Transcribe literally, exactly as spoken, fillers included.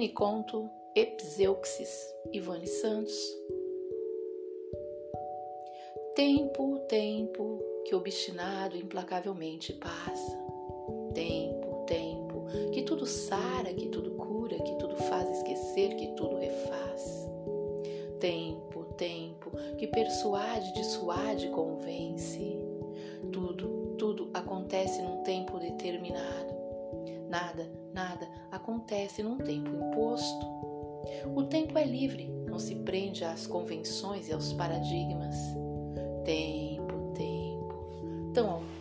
Mini conto Epseuxis, Ivone Santos. Tempo, tempo, que obstinado implacavelmente passa. Tempo, tempo, que tudo sara, que tudo cura, que tudo faz esquecer, que tudo refaz. Tempo, tempo, que persuade, dissuade, convence. Tudo, tudo acontece num tempo determinado. Nada, nada acontece num tempo imposto. O tempo é livre, não se prende às convenções e aos paradigmas. Tempo, tempo, tão